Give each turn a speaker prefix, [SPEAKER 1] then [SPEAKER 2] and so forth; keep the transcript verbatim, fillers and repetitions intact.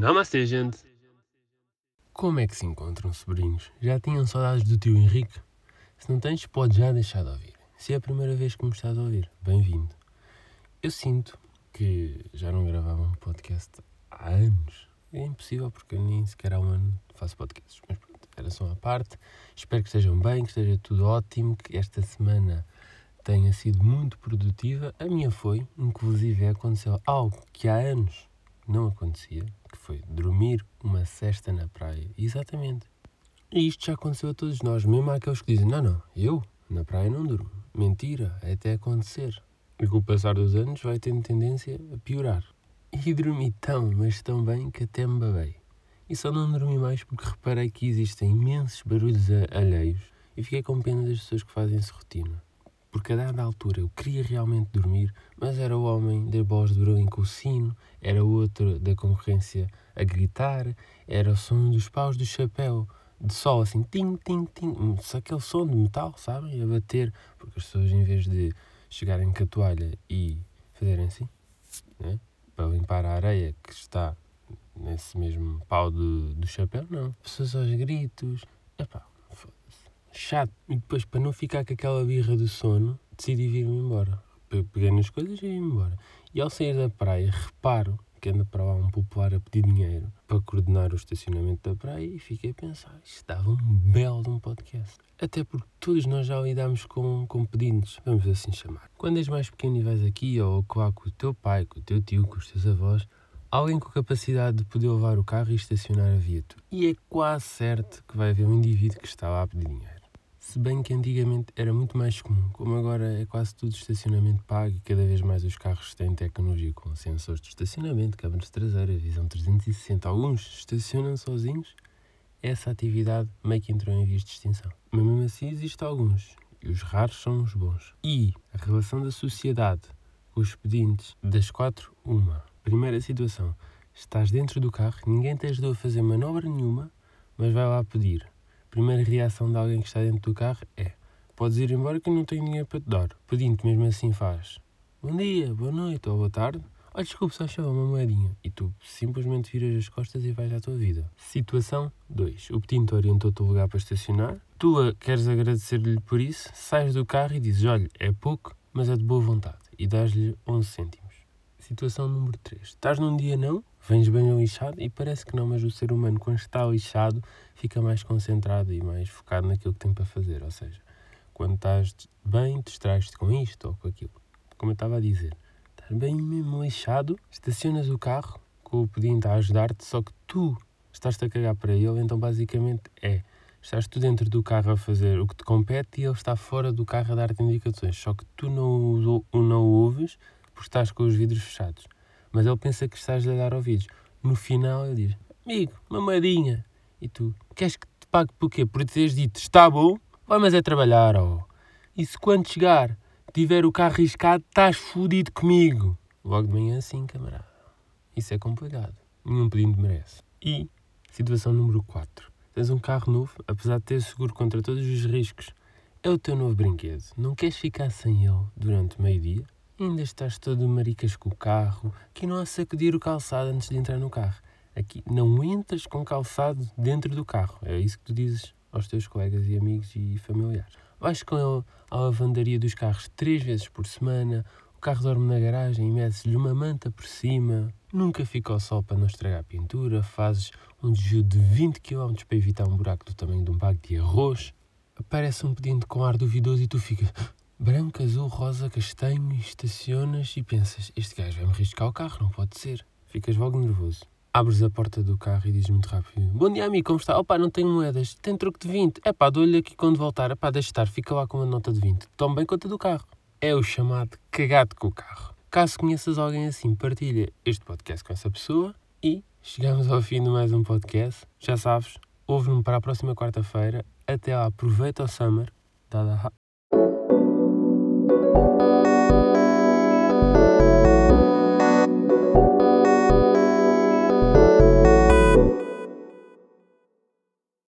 [SPEAKER 1] Namastê, gente! Como é que se encontram, sobrinhos? Já tinham saudades do tio Henrique? Se não tens, podes já deixar de ouvir. Se é a primeira vez que me estás a ouvir, bem-vindo. Eu sinto que já não gravava um podcast há anos. É impossível porque eu nem sequer há um ano faço podcasts. Mas pronto, era só uma parte. Espero que estejam bem, que esteja tudo ótimo, que esta semana tenha sido muito produtiva. A minha foi, inclusive aconteceu algo que há anos não acontecia, que foi dormir uma sesta na praia. Exatamente. E isto já aconteceu a todos nós, mesmo àqueles que dizem, não, não, eu na praia não durmo. Mentira, é até acontecer. E com o passar dos anos vai tendo tendência a piorar. E dormi tão, mas tão bem que até me babei. E só não dormi mais porque reparei que existem imensos barulhos alheios e fiquei com pena das pessoas que fazem essa rotina. Porque a dada altura eu queria realmente dormir, mas era o homem da voz de Berlim com o sino, era o outro da concorrência a gritar, era o som dos paus do chapéu de sol, assim, tim, tim, tim, só aquele som de metal, sabem, a bater, porque as pessoas em vez de chegarem com a toalha e fazerem assim, né, para limpar a areia que está nesse mesmo pau do, do chapéu, não, pessoas aos gritos, epá, chato. E depois, para não ficar com aquela birra do sono, decidi vir-me embora. Peguei nas coisas e vim-me embora. E ao sair da praia, reparo que anda para lá um popular a pedir dinheiro para coordenar o estacionamento da praia e fiquei a pensar, isto dava um belo de um podcast. Até porque todos nós já lidámos com, com pedidos, vamos assim chamar. Quando és mais pequeno e vais aqui, ou que lá com o teu pai, com o teu tio, com os teus avós, alguém com capacidade de poder levar o carro e estacionar a viatura. E é quase certo que vai haver um indivíduo que está lá a pedir dinheiro. Se bem que antigamente era muito mais comum, como agora é quase tudo estacionamento pago e cada vez mais os carros têm tecnologia com sensores de estacionamento, câmaras traseiras, visão trezentos e sessenta, alguns estacionam sozinhos, essa atividade meio que entrou em vias de extinção. Mas mesmo assim existem alguns, e os raros são os bons. E a relação da sociedade com os pedintes, das quatro, uma. Primeira situação, estás dentro do carro, ninguém te ajudou a fazer manobra nenhuma, mas vai lá pedir. Primeira reação de alguém que está dentro do carro é: podes ir embora que eu não tenho dinheiro para te dar. Pedinte mesmo assim faz: bom dia, boa noite ou boa tarde. Olha, desculpe, só chama uma moedinha. E tu simplesmente viras as costas e vais à tua vida. Situação dois. O pedinte orientou-te o lugar para estacionar. Tu queres agradecer-lhe por isso, sais do carro e dizes: olha, é pouco, mas é de boa vontade. E dás-lhe onze cêntimos. Situação número três. Estás num dia não, vens bem lixado e parece que não, mas o ser humano quando está lixado fica mais concentrado e mais focado naquilo que tem para fazer. Ou seja, quando estás bem, distrais-te com isto ou com aquilo. Como eu estava a dizer, estás bem mesmo lixado, estacionas o carro com o pedinte a ajudar-te, só que tu estás-te a cagar para ele, então basicamente é, estás tu dentro do carro a fazer o que te compete e ele está fora do carro a dar-te indicações, só que tu não o não o ouves, porque estás com os vidros fechados. Mas ele pensa que estás a dar ouvidos. No final ele diz: amigo, uma moedinha. E tu, queres que te pague por quê? Por teres dito, está bom, vai mas é trabalhar, ó. E se quando chegar, tiver o carro riscado, estás fodido comigo. Logo de manhã assim, camarada. Isso é complicado. Nenhum pedido merece. E, situação número quatro. Tens um carro novo, apesar de ter seguro contra todos os riscos. É o teu novo brinquedo. Não queres ficar sem ele durante meio-dia? Ainda estás todo maricas com o carro, aqui não há sacudir o calçado antes de entrar no carro. Aqui não entras com calçado dentro do carro. É isso que tu dizes aos teus colegas e amigos e familiares. Vais com ele à lavandaria dos carros três vezes por semana, o carro dorme na garagem e metes-lhe uma manta por cima. Nunca fica ao sol para não estragar a pintura, fazes um desvio de vinte quilómetros para evitar um buraco do tamanho de um bago de arroz. Aparece um pedinte com ar duvidoso e tu ficas... branco, azul, rosa, castanho, e estacionas e pensas, este gajo vai-me riscar o carro, não pode ser. Ficas logo nervoso. Abres a porta do carro e dizes muito rápido: bom dia, amigo, como está? Opá, não tenho moedas, tem troco de vinte. Epá, dou-lhe aqui quando voltar. Epá, deixa estar, fica lá com a nota de vinte. Tome bem conta do carro. É o chamado cagado com o carro. Caso conheças alguém assim, partilha este podcast com essa pessoa e chegamos ao fim de mais um podcast. Já sabes, ouve-me para a próxima quarta-feira. Até lá, aproveita o summer. Dá, dá.